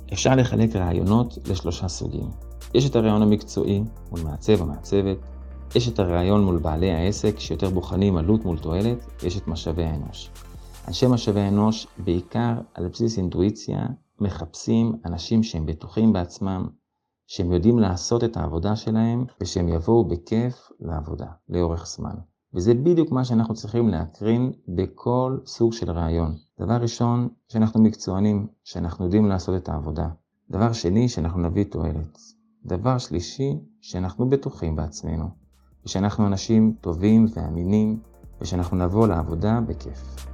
אפשר לחלק רעיונות לשלושה סוגים. יש את הרעיון המקצועי מול מעצב או מעצבת, יש את הרעיון מול בעלי העסק שיותר בוחנים עלות מול תועלת, יש את משאבי האנוש. אנשי משאבי האנוש בעיקר על בסיס אינטואיציה מחפשים אנשים שהם בטוחים בעצמם, שהם יודעים לעשות את העבודה שלהם ושהם יבואו בכיף לעבודה לאורך זמן. וזה בדיוק מה שאנחנו צריכים להקרין בכל סוג של רעיון. דבר ראשון, שאנחנו מקצוענים, שאנחנו יודעים לעשות את העבודה. דבר שני, שאנחנו נביא תועלת. דבר שלישי, שאנחנו בטוחים בעצמנו, ושאנחנו אנשים טובים ואמינים, ושאנחנו נבוא לעבודה בכיף.